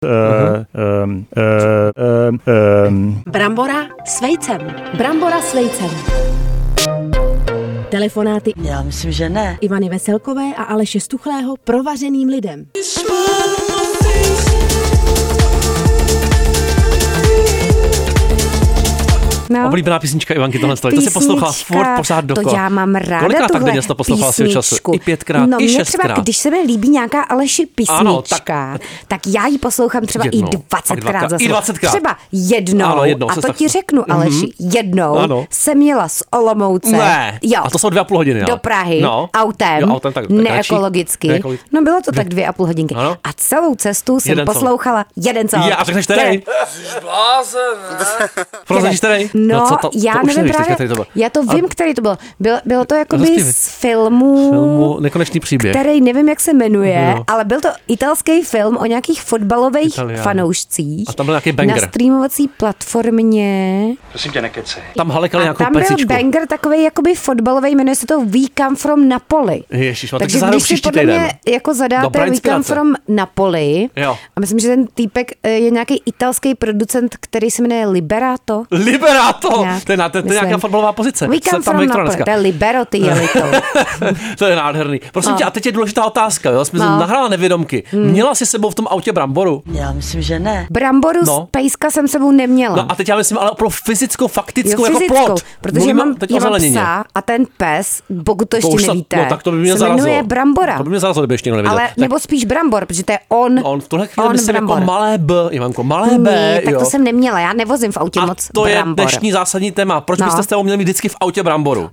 Brambora s vejcem. Brambora s vejcem. Telefonáty. Já myslím, že ne. Ivany Veselkové a Aleše Stuchlého provařeným lidem. No. Oblíbená písnička Ivanky, tohle stojí. To si poslouchala furt pořád dokola. To já mám ráda. Kolikrát tak denně jsi to poslouchala svého času? I 5krát, no, i 6krát. Třeba, když se mi líbí nějaká Aleši písnička, ano, tak já ji poslouchám třeba jednou, i 20krát za I 20krát. Třeba jednou. Ano, jednou a to ti řeknu, Aleši, jednou jsem jela z Olomouce. Ne. Jo. A to jsou 2,5 hodiny. Do Prahy autem. Jo, autem tak neekologicky. No bylo to tak 2,5 hodinky. Ano. A celou cestu jsem poslouchala jeden celý. A řekneš který? Prozradíš který? No, já nevím právě, já to vím, který to byl. Bylo to jakoby z filmu Nekonečný příběh. Který nevím, jak se jmenuje, ale byl to italský film o nějakých fotbalových fanoušcích. A tam byl nějaký banger. Na streamovací platformě. Prosím tě, nekecej. Tam halekali nějakou tam pecičku. Byl banger takovej jakoby fotbalový, jmenuje se to We Come From Napoli. Ježiš, takže když si podle mě jako zadáte We Come From Napoli, a myslím, že ten týpek je nějaký italský producent, který se jmenuje Liberato. To je nějaká fotbalová pozice. We Come From Napoli, to je Libero, ty jelitou. To je nádherný. Prosím tě, a teď je důležitá otázka, jo? Jsme nahrála nevědomky. Měla jsi sebou v tom autě bramboru? Já myslím, že ne. Bramboru z pejska jsem sebou neměla. No a teď já myslím, ale opravdu fyzickou, faktickou, jako plot. Protože mám psa a ten pes, pokud to ještě nevíte, no, tak to by mě se jmenuje Brambora. To by mě zarazilo, kdyby ještě někdo nevěděl. Ale nebo spíš Brambor, protože to je on. On v tuhle chvíli myslím jako malé B, Ivanko, malé B. Tak to jsem neměla, já nevozím v autě moc to Brambor. Je dnešní zásadní téma. Proč byste s tebou měli mít vždycky v autě Bramboru?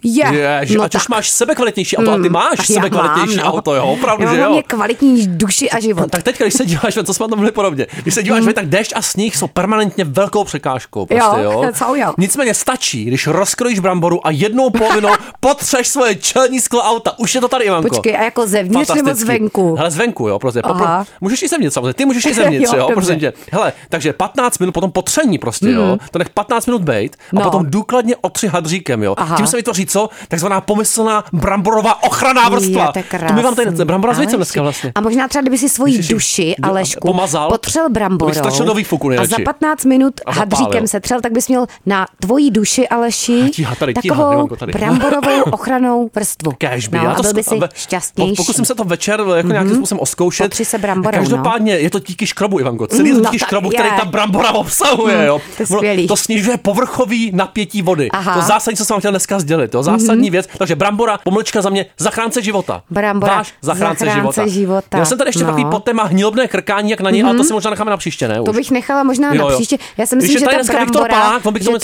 A což máš sebekvalitnější auto, a ty máš sebekvalitnější auto, jo, opravdu, že jo? Já mám kvalitní duši a život. Tak teď, když se díváš, co jsme tam byli podobně. Když se díváš, tak déšť a sníh jsou permanentně velkou překážkou, prostě, jo. Nicméně stačí, když rozkrojíš Bramboru a jednou polovinou potřeš svoje čelní sklo auta. Už je to tady, Ivanko. Počkej, a jako zevnitř nebo zvenku? Hele, zvenku, jo, prostě. Můžeš i zevnitř, samozřejmě. Ty můžeš i zevnitř, jo, prostě. Hele, takže 15 minut potom potření prostě, jo. To nech 15 minut bejt a potom důkladně otři hadříkem, jo. Tím se vytvoří co? Takzvaná pomyslná bramborová ochranná vrstva. To my vám tady brambora s vejcem dneska vlastně. A možná třeba, kdyby si svoji duši, Alešku, potřel bramborou a za 15 minut hadříkem se třel, tak bys měl na tvoji duši, Aleši, takovou bramborovou ochrannou vrstvu. No, a byl by si šťastnější. Pokusím se to večer jako nějakým způsobem oskoušet. Potři se bramborou, každopádně je to díky škrobu, Ivanko. Celý je to díky škrobu, který ta brambora obsahuje, jo. To snižuje povrchový napětí vody. To zásadní, co jsem vám chtěl dneska sdělit, to zásadní věc. Takže brambora, pomlčka za mě, zachránce života. Váš zachránce života. Já jsem tady ještě takový podtéma hnilobné krkání, jak na něj, ale to si možná necháme na příště, ne? To bych nechala možná na příště. Já si myslím, že ta brambora,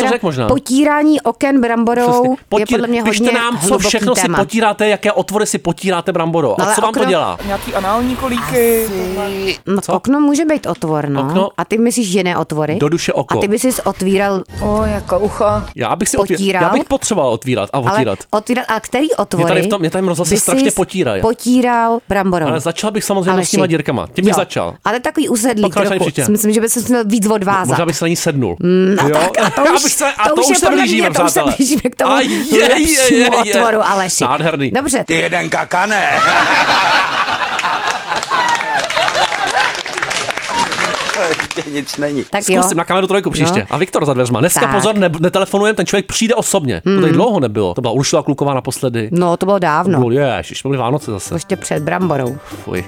potírání oken bramborou je podle mě hodně nám, co všechno si potíráte, jaké otvory si potíráte bramborou. A co vám to dělá? Nějaký anální kolíky. No, okno může být otvor, no. Okno? A ty myslíš jiné otvory? Do duše oko. A ty bys si otvíral jako ucho. Já bych potřeboval otvírat a otírat. A který otvory? Mě tady rozhlasy strašně potírají. Potíral bramborou. Ale začal bych samozřejmě s těma dírkama. Tím bych začal. Ale takový usedlý trochu. Myslím, že by se měl víc odvázat. Možná bych se na ní sednul. To už se blížíme k tomu lepšímu otvoru, Aleši. Nádherný. Dobře. Ty jeden kakane. Nic není. Tak zkusím na kameru 3 příště. No. A Viktor za dveřma. Dneska pozor, netelefonujeme, ten člověk přijde osobně. To tady dlouho nebylo. To byla Uršula Kluková naposledy. No, to bylo dávno. Ježiš, to byly Vánoce zase. Ještě před bramborou. Fuj.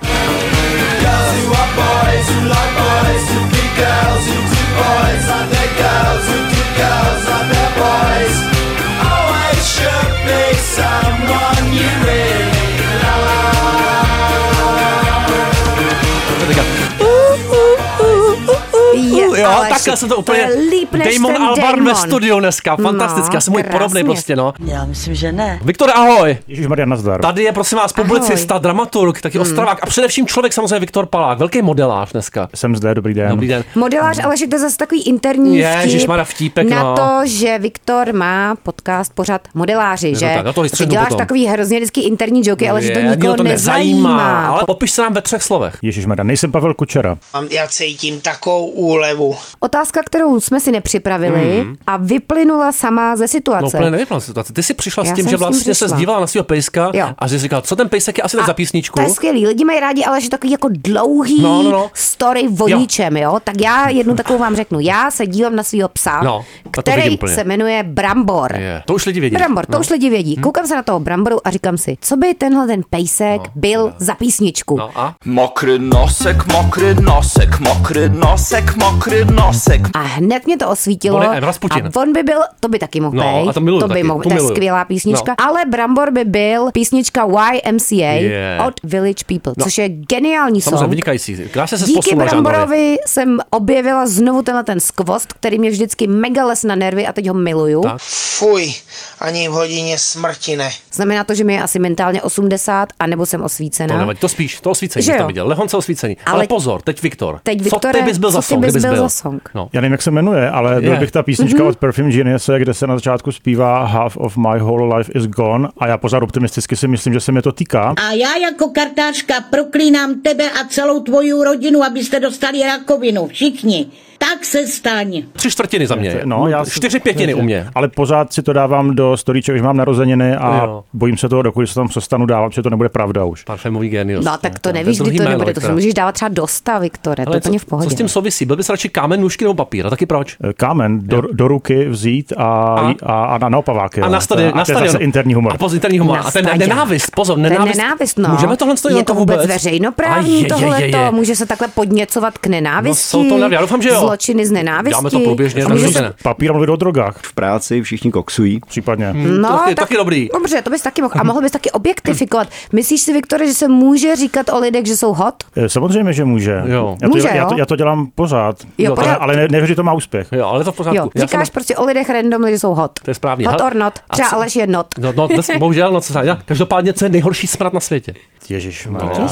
Jo, takhle jsem to úplně... Damon Albarn ve studiu dneska, fantastický, já jsem můj podobnej prostě, no. Já myslím, že ne. Viktor, ahoj. Ježišmarja, nazdar. Tady je prosím vás publicista, dramaturg, taky Ostravák a především člověk samozřejmě Viktor Palák, velký modelář dneska. Jsem zde, dobrý den. Dobrý den. Modelář, ale že to je zase takový interní vtípek na to, že Viktor má podcast pořad Modeláři, že? Tak, ty děláš takový hrozně vždycky interní joky, ale že to nikoho nezajímá. Ale popiš se nám ve 3 slovech. Ježišmarja, nejsem Pavel Kučera. Já cítím takovou úlevu. Otázka, kterou jsme si nepřipravili a vyplynula sama ze situace. No úplně nevyplynula ze situace. Ty jsi přišla s tím, že vlastně se zdívala na svého pejska a jsi říkal, co ten pejsek je asi tak za písničku. To je skvělý. Lidi mají rádi, ale že takový jako dlouhý story o ničem, jo? Tak já jednu takovou vám řeknu. Já se dívám na svého psa, který se jmenuje Brambor. To už lidi vědí. Brambor, to už lidi vědí. Koukám se na toho Bramboru a říkám si, co by tenhle ten pejsek byl za písničku. Mokrý nosek, mokrý nosek, mokrý nosek, mokrý nosek. A hned mě to osvítilo. A on by byl, to by taky mohl být. To by mohl, to je skvělá písnička. Ale Brambor by byl písnička YMCA od Village People, což je geniální song. Samozřejmě vynikající. Díky Bramborovi jsem objevila znovu ten skvost, který mě vždycky mega les na nervy a teď ho miluju. Fuj, ani v hodině smrti ne. Znamená to, že mi je asi mentálně 80 a nebo jsem osvícená. To nevadí, to spíš, to osvícení tam viděl. Lehonce osvícení. Ale pozor, teď Viktor. Co ty bys byl za song? Já nevím, jak se jmenuje, ale byl bych ta písnička od Perfume Genius, kde se na začátku zpívá Half of my whole life is gone a já pořád optimisticky si myslím, že se mě to týká. A já jako kartářka proklínám tebe a celou tvoji rodinu, abyste dostali rakovinu. Všichni. Tak se staň. 3/4 za mě. 4/5 u mě. Ale pořád si to dávám do storíček, že mám narozeniny a bojím se toho, dokud se tam přestanu dávat, že to nebude pravda už. Parfémový genius. No tak to nevíš, kdy to nebude. To si můžeš dávat třeba do 100, Viktore. To je úplně v pohodě. Co s tím souvisí? Byl bys radši kámen, nůžky nebo papír? A taky proč? Kámen do ruky vzít a na opaváky. A na stadion. Interní humor. A interní humor. A ten nenávist, pozor, nenávist. Můžeme tohle je to vůbec veřejnoprávní tohleto? Může se takhle podněcovat k nenávisti? Já doufám, že jo. Zločiny z nenávisti. Dáme to průběžně. Papír mluvit o drogách. V práci všichni koksují. Případně. No, taky dobrý. Dobře, to bys taky mohl. A mohl bys taky objektifikovat. Myslíš si, Viktore, že se může říkat o lidech, že jsou hot? Samozřejmě, že může. Já to dělám pořád. Ale nevím, že to má úspěch. Jo, ale to v pořádku. Říkáš prostě o lidech random, že jsou hot. To je správně. Hot or not. Třeba Aleš je not. No, bohužel, co se dá. Každopádně, co je nejhorší smrad na světě? Ježišmarja.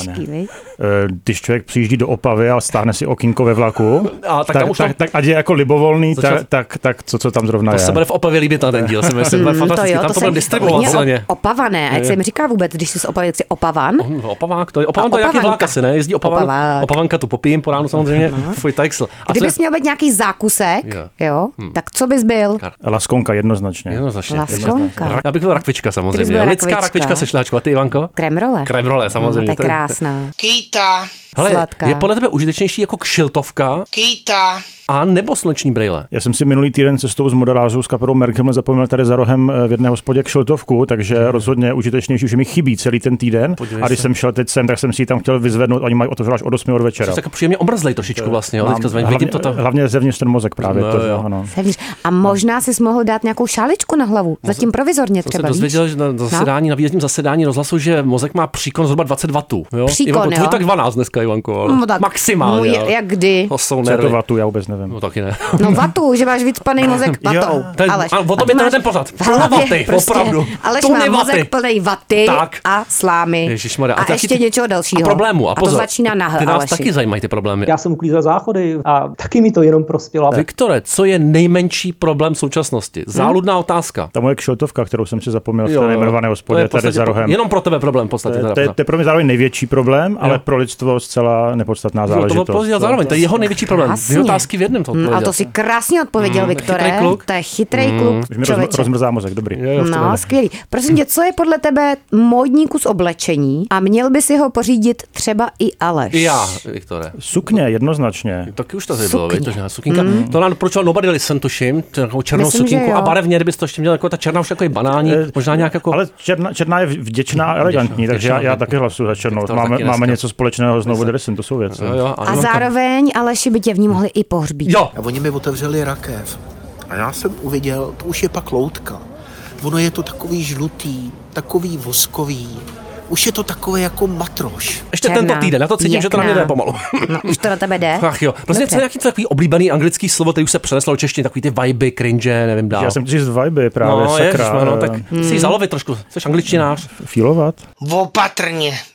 Když člověk přijíždí do Opavy a stáhne si okýnko ve vlaku, tak ať je jako libovolný, tak co tam zrovna je. To se bude v Opavě líbit na ten díl, si myslím, fantastický. Tam to budeme distribuovat silně. Opavané, a jak se jim říká vůbec, když jsi z Opavy, jak jsi Opavan? Opavák, to je nějaký vlak asi, ne? Jezdí Opavanka, tu popijím po ránu samozřejmě, fuj tajksl. Kdybys měl být nějaký zákusek, jo, tak co bys byl? Laskonka jednoznačně. Laskonka. Já bych byl rakvička samozřejmě. Lidská rakvička se šláčku. A ty, Ivanko? Kremrole samozřejmě. To je krásná. Kýta. Hele, je podle tebe užitečnější jako kšiltovka? Kýta. A nebo sluneční brýle? Já jsem si minulý týden cestou z modelářů s kapelou Merkel zapomněl tady za rohem v jedné hospodě kšiltovku, takže rozhodně užitečnější, že mi chybí celý ten týden. A když jsem šel teď sem, tak jsem si ji tam chtěl vyzvednout, oni mají otevřít až od 8 od večera. Jsi tak příjemně omrzlej trošičku vlastně, jo? Hlavně zevnitř ten mozek právě. Ano. A možná jsi mohl dát nějakou šáličku na hlavu, zatím provizorně třeba. Jsem dozvěděl, že na výjezdním zasedání rozhlasu, že mozek má příkon zhruba 20 W. Příkon, jo? Tak 12 dneska, Ivanko. Maximálně. Jak kdy? To jsou nervy. Vatu, já vůbec nevím. No taky ne. No vatu, že máš vycpaný mozek vatou. O tom je ten pořad. Vaty, opravdu. Aleš má mozek plný vaty a slámy. Ježišmarja. A ještě něčeho dalšího. A problému. A to začíná na ty nás taky zajímají ty problémy. Já jsem uklízel záchody a taky mi to jenom prospělo. Viktore, co je nejmenší problém současnosti? Záludná otázka. Ta moje kšiltovka, kterou jsem si zapomněl v té nejmenované hospodě tady za rohem. Jenom pro tebe problém v podstatě. To je pro mě zároveň největší problém, ale pro lidstvo zcela nepodstatná záležitost. To je jeho největší problém. Dvě otázky v jednom to odpověděl. A to si krásně odpověděl, Viktore. To je chytrý kluk. Rozmrzá mozek, dobrý. No, skvělý. Prosím tě, co je podle tebe módní kus oblečení a měl by si ho pořídit třeba i Aleš? Já, Viktore. Sukně, jednoznačně. Taky už to bylo, sukinka. To nám doporučoval Nobody Listen to Him, takovou černou sukinku a barevně, kdybys to ještě měl jako ta černá už takový banální, možná nějak jako. Ale černá je vděčná a elegantní, takže já taky hlasuju za černou. Máme něco společného s Nobody Listen, to jsou věci. A zároveň Aleši by tě v ní mohli i pohřbít. Jo. A oni mi otevřeli rakev. A já jsem uviděl, to už je pak loutka. Ono je to takový žlutý, takový voskový. Už je to takové jako matroš. Ještě tento týden, já to cítím, že to na mě jde pomalu. No, už to na tebe jde. Ach jo, prostě co je nějaký takový oblíbený anglický slovo, který už se přeneslo češtině, takový ty vibe, cringe, nevím dál. Já jsem říct vibe právě, no, sakra. No, tak si zalovit trošku, jsi angličtinář. Fílovat. Opatrně.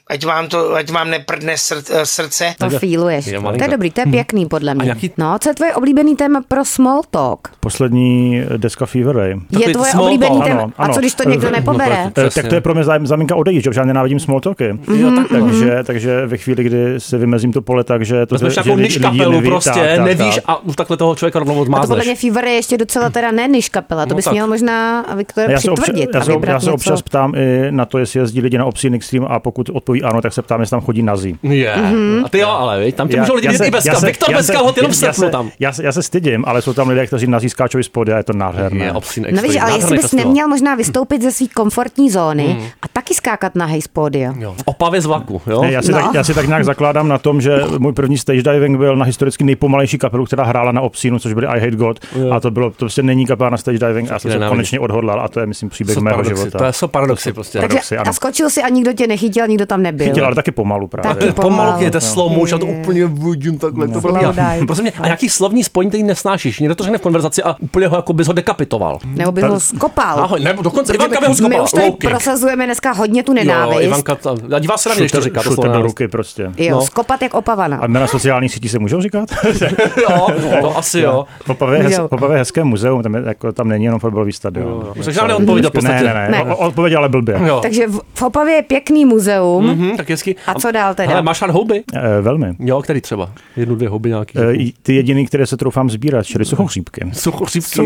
ať vám neprdne srdce. To feeluješ. To je dobrý, to je pěkný podle mě. No, co je tvoje oblíbený téma pro small talk? Poslední deska Fever Ray. Je tvoje oblíbený téma? A co když to někdo nepobere? Tak to je pro mě záminka odejít, že já nenávidím small talky. Takže ve chvíli, kdy se vymezím to pole tak, že to jako niž kapelu prostě, nevíš a už takhle toho člověka rovnou odmázneš. A to podle mě Fever je ještě docela teda ne niž kapela, to bys měl možná Viktor přitvrdit. Já se občas ptám i na to, jestli jezdí lidi na Obscene Extreme a pokud odpoví ano, tak se ptám, jestli tam chodí nazí. A ty jo, ale tam ti můžou lidi vidět i bez kalhot. Viktor bez kalhot jenom srpnu tam. Já se stydím, ale jsou tam lidé, kteří nazí skáčou z pódia, je to nádherné. No víš, ale jestli bys neměl možná vystoupit ze své komfortní zóny a taky skákat nahej z pódia. V Opavě z vlaku, jo? Já si tak nějak zakládám na tom, že můj první stage diving byl na historicky nejpomalejší kapelu, která hrála na Obscenu, což byly I Hate God, a to prostě není kapela na stage diving a já jsem se konečně odhodlal a to je myslím příběh mého života. To jsou paradoxy prostě. A skočil si a nikdo tě nechytil, nikdo tam nebyl. Chytil, ale taky pomalu právě. Taky pomalu, je to slow motion, a to úplně vidím takhle. Prosím mě, a jaký slovní spojení ty nesnášíš? Někdo to řekne v konverzaci a úplně ho jako bys ho dekapitoval. Nebo bys ho skopal. Ahoj, nebo dokonce Ivanka by ho skopala. My už tady prosazujeme dneska hodně tu nenávist. Ivanka, dívá se na mě, když to říká. Šuter do ruky prostě. Jo, skopat jak opavana. A na sociálních sítích se můžou říkat? Jo, to asi jo. V Opavě hezké muzeum, tam není jenom fotbalový stadion. Musíš žádné odpověď v podstatě. Ne. Odpověď ale blbě. Takže v Opavě je pěkný muzeum. Tak hezky. A co dál teda? Ale máš rád houby? Velmi. Jo, který třeba? 1, 2 houby nějaký. Ty jediný, které se troufám sbírat, čili suchohřípky. Suchohřípky.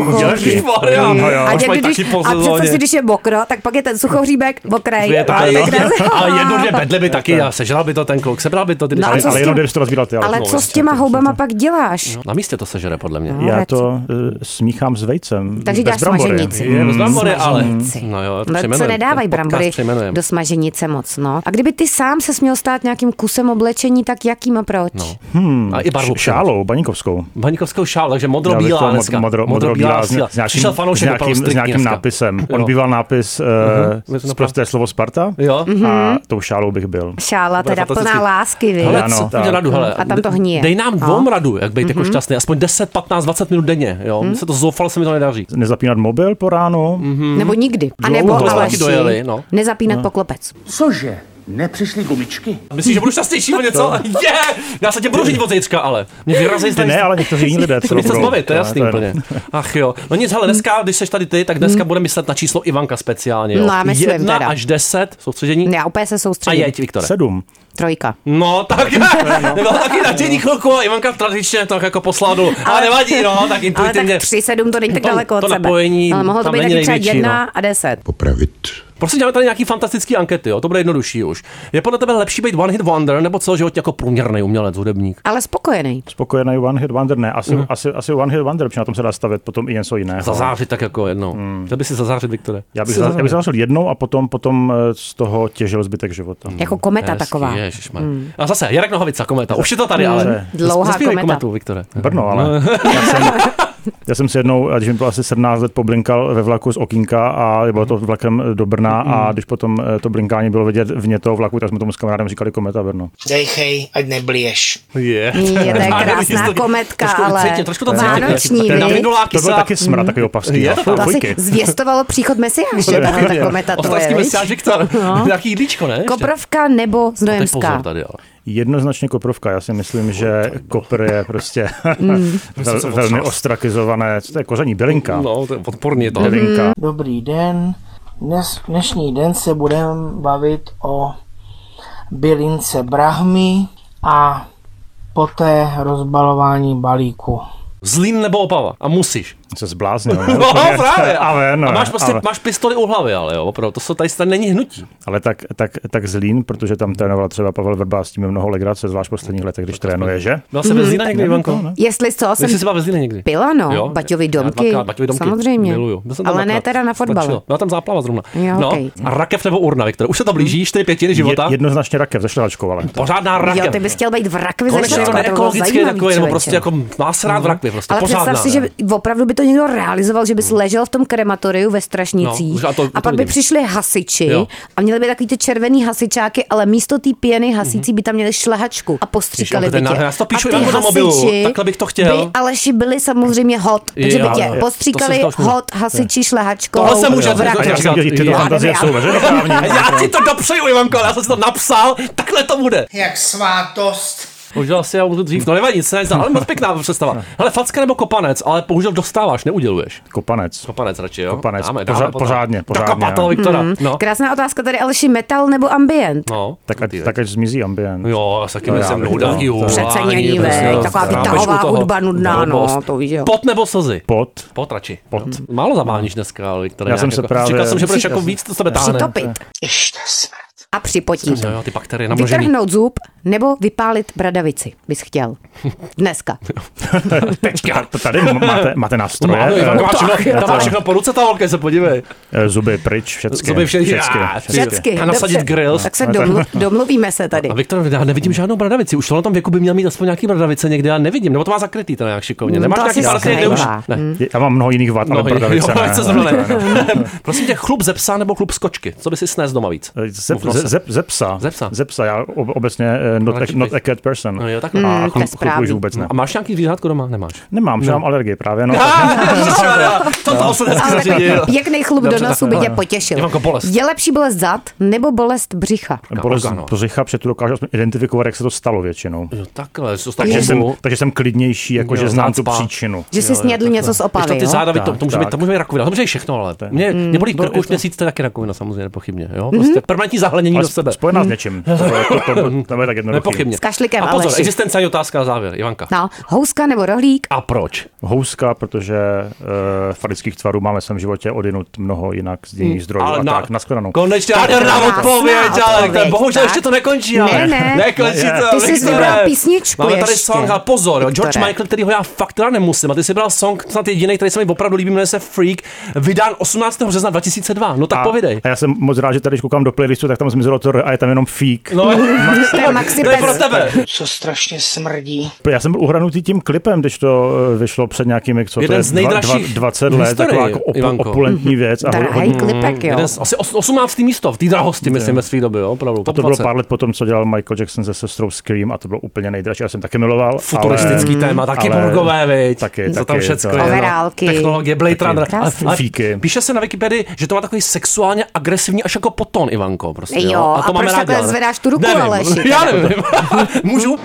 A představ si, když je mokro, tak pak je ten suchohříbek mokrej. A 1, 2 bedly by taky, sežral by to ten kluk, sebral by to ty. Ale jenom jdeš to rozbírat. Ale co s těma houbama pak děláš? Na místě to sežere podle mě. Já to smíchám s vejcem. Takže děláš smaženici. Bez brambory, ale. No jo, to se nedávají brambory do smaženice moc, no. A kdyby ty sám se směl stát nějakým kusem oblečení, tak jakým a proč? A i barvu. Šálou, baníkovskou. Baníkovskou šálou, takže modro-bílá dneska. Modro-bílá s nějakým nápisem. On býval nápis prosté slovo Sparta a tou šálou bych byl. Šála teda plná lásky, víš. A tam to hníje. Dej nám dvou radu, jak být jako šťastný. Aspoň 10, 15, 20 minut denně. Jo? Se to zoufalo, se mi to nedaří. Nezapínat mobil po ránu. Nebo nikdy. A nebo Aleši, nezapínat poklopec. Cože? Nepřišly gumičky? Myslíš, že budu šťastnější o něco? Já se tě budu říct od zítřka, ale mě vyrazí ne, ale někteří jiní lidé. To nechce zbavit, to je jasný úplně. Ach jo. No nic, hele, dneska, když seš tady ty, tak dneska bude myslet na číslo Ivanka speciálně. Jo? No, myslím 1 až 10 soustředění. Já úplně se soustředím. A jeď, Viktore. 7. 3. No, tak nebyl taky nadějný chvilku a Ivanka tradičně to jako poslal dolů. Ale nevadí, no, tak intuitivně. Ale tak 3, 7 to není tak daleko od to sebe. Napojení, ale mohlo to být taky třeba 1 a 10. Popravit. Prostě děláme tady nějaký fantastický ankety, jo? To bude jednodušší už. Je podle tebe lepší být one hit wonder nebo celoživotně jako průměrný umělec, hudebník? Ale spokojený. Spokojený one hit wonder ne, asi one hit wonder, protože na tom se dá stavět potom i něco jiného. Zazářit tak jako jednou. Chtěl by si zazářit, Viktore? Já bych zazářil jednou a potom z toho těžil zbytek života. Jako kometa taková. A zase Jarek Nohavica, kometa. Už je to tady, ale dlouhá kometa. Kometu, Viktore. Brno, ale já jsem si jednou, když mi bylo asi 17 let, poblinkal ve vlaku z okýnka a bylo to vlakem do Brna a když potom to blinkání bylo vidět vně toho vlaku, tak jsme tomu s kamarádem říkali kometa Brno. Dejchej, ať neblieš. To je krásná kometka, ale trošku to vánoční, to byl taky smrad, takový opavský. To asi zvěstovalo příchod Mesiáše, ta kometa to je, Mesiáš, Viktor. Nějaký jídlíčko, ne? Koprovka nebo Znojemská? Jednoznačně Koprovka. Já si myslím, že Kopr je prostě velmi ostrakizované. To je koření bylinka. No, to je podporný to. Bylinka. Dobrý den. Dnešní den se budeme bavit o bylince brahmy a poté rozbalování balíku. Zlín nebo Opava? A musíš. Se zbláznil. No, právě. A máš pistoli u hlavy, ale jo, opravdu. To tady není hnutí. Ale tak Zlín, protože tam trénoval třeba Pavel Vrba, s tím je mnoho legrace, zvlášť v posledních letech, když trénuje, že? Byla se ve Zlína někdy, Ivanko? Jestli co, jsem se ve Zlíně někdy. Pila, no. Baťový domky. Samozřejmě. Miluju. Ale ne teda na fotbale. Byla tam záplava zrovna. No. A rakev nebo urna, Viktor. Už se to blíží, 4/5 života. Jednoznačně rakev se šlehačkou, ale. Pořádná rakev. Jo, ty bys chtěl být v rakvi ze šlehačkou. Konečně ekologicky takový, nebo prostě jako má se rád v rakvi, prostě pořádná. Ale představ si, že opravdu by to někdo realizoval, že bys ležel v tom krematoriu ve Strašnicích a pak by přišli hasiči a měli by takový ty červený hasičáky, ale místo té pěny hasící by tam měli šlehačku a postříkali by tě. Já to píšu na mobilu, takhle bych to chtěl. By Aleši byli samozřejmě hot, takže by tě postříkali hot hasiči šlehačkou. Tohle se může Já ti to dopřeju, Ivanko, já jsem si to napsal, takhle to bude. Jak svátost. Bohužel asi já budu dřív, no nevadí, nic se nezdá, ale moc pěkná představa. Hele, facka nebo kopanec, ale bohužel dostáváš, neuděluješ. Kopanec radši, jo? Kopanec, pořádně. Viktora. No. Krásná otázka tady, Aleši, metal nebo ambient? No. Tak ať zmizí ambient. Jo, já taky myslím nudelky. Přecenění, taková vytahová hudba nudná, no, to víš, jo. Pot nebo slzy? Pot radši. Málo zaváníš dneska, Viktora. Já jsem se právě... Říkal jsem, že budeš jako víc to sebe táhne. Přitopit. Ještě smrt. A připotím. Jo, ty bakterie namnožený. Vytrhnout zub nebo vypálit bradavici, bys chtěl. Dneska. Teďka. Tady máte nástroje. Má všechno po ruce, ta holka, se podívej. Zuby pryč, všecky. Zuby všechny. A nasadit grill. Tak se domluvíme se tady. A Viktor, já nevidím žádnou bradavici. Už v tom věku by měl mít aspoň nějaký bradavice někde, já nevidím. Nebo to má zakrytý to nějak šikovně. Nemáš nějaký zakrytý už? Já mám mnoho jiných vad, ale bradavice ne. Prosím tě, chlup ze psa nebo chlup z kočky? Co by si snes doma víc? Ze psa. Já obecně not a cat person. No jo, takhle. Chlup vůbec ne. A máš nějaký zvířátko doma? Nemáš? Nemám, že mám alergii právě. To se dneska zařídil. Pěkný chlup do nosu by tě potěšil. Je lepší bolest zad nebo bolest břicha? Bolest břicha, protože tu dokážu identifikovat, jak se to stalo většinou. Jo, takhle. Takže jsem klidnější, jakože znám tu příčinu. Že jsi snědl něco z opavy, ty záda, to může být rakovina. To může být všechno, ale mě bolí krk už měsíc, to je taky rakovina, samozřejmě nepochybně. Prostě permanentní zahlenění do sebe. Spojená s něčím. To je tak jednoduché. Nepochybně. S kašlikem, a pozor, Aleši. existenciální otázka na závěr, Ivanka. No, houska nebo rohlík? A proč? Houska, protože farických tvarů máme v svém životě odinut mnoho jinak z jiných zdrojů a tak, nashledanou. Konečně nádherná odpověď, ale bohužel ještě to nekončí. Nekončí to. Ty jsi vybral písničku máme ještě. tady song, ale pozor, George Michael, kterýho já fakt teda nemusím. A ty jsi bral song, snad jediný, který se mi opravdu líbí, jmenuje se Freak, vydán 18. března 2002. No tak povidej. A já jsem moc rád, že tady koukám do playlistu, tak tam zmizelo to a je tam jenom Feek. No, to je pro tebe. Co strašně smrdí. Já jsem byl uhranutý tím klipem, když to vyšlo před nějakými, co jeden to je, 20 let, taková jako opulentní věc. Drahý klipek, jo. Asi 18. místo v té drahosti, myslím, ve své době, jo, opravdu. To bylo pár let potom, co dělal Michael Jackson se sestrou Scream a to bylo úplně nejdražší. Já jsem taky miloval. Futuristický téma, taky burgové, viď? Co tam všecko je. Overálky. Technologie, Blade Runner. Fíky. Píše se na Wikipedii, že to má takový sexuálně agresivní až jako poton, Ivanko, prostě. Jo, a to máme rádi. Proč zvedáš tu ruku, Aleši? Já nevím. Můžu?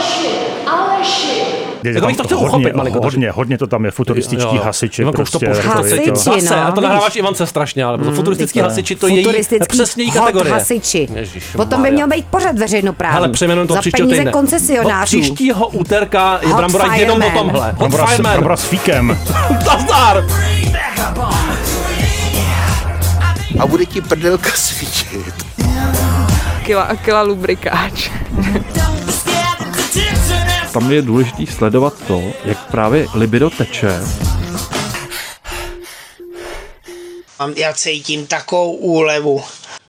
Aleši. To chtěl uchopit malinko. Hodně to tam je, futurističtí hasiči. Hasiči, a to nahráváš Ivance strašně, ale futuristický hasiči, to je její přesně kategorie. Hasiči. Potom by měl být pořád veřejnoprávní. Ale přejmenujeme to příštího týdne. Za peníze koncesionářů. Příštího úterka je Brambora jenom o tomhle. Brambora s Fíkem. Nazdar! A bude ti prdelka svítit. Kila lubrikáč. Tam je důležité sledovat to, jak právě libido teče. Já cítím takovou úlevu.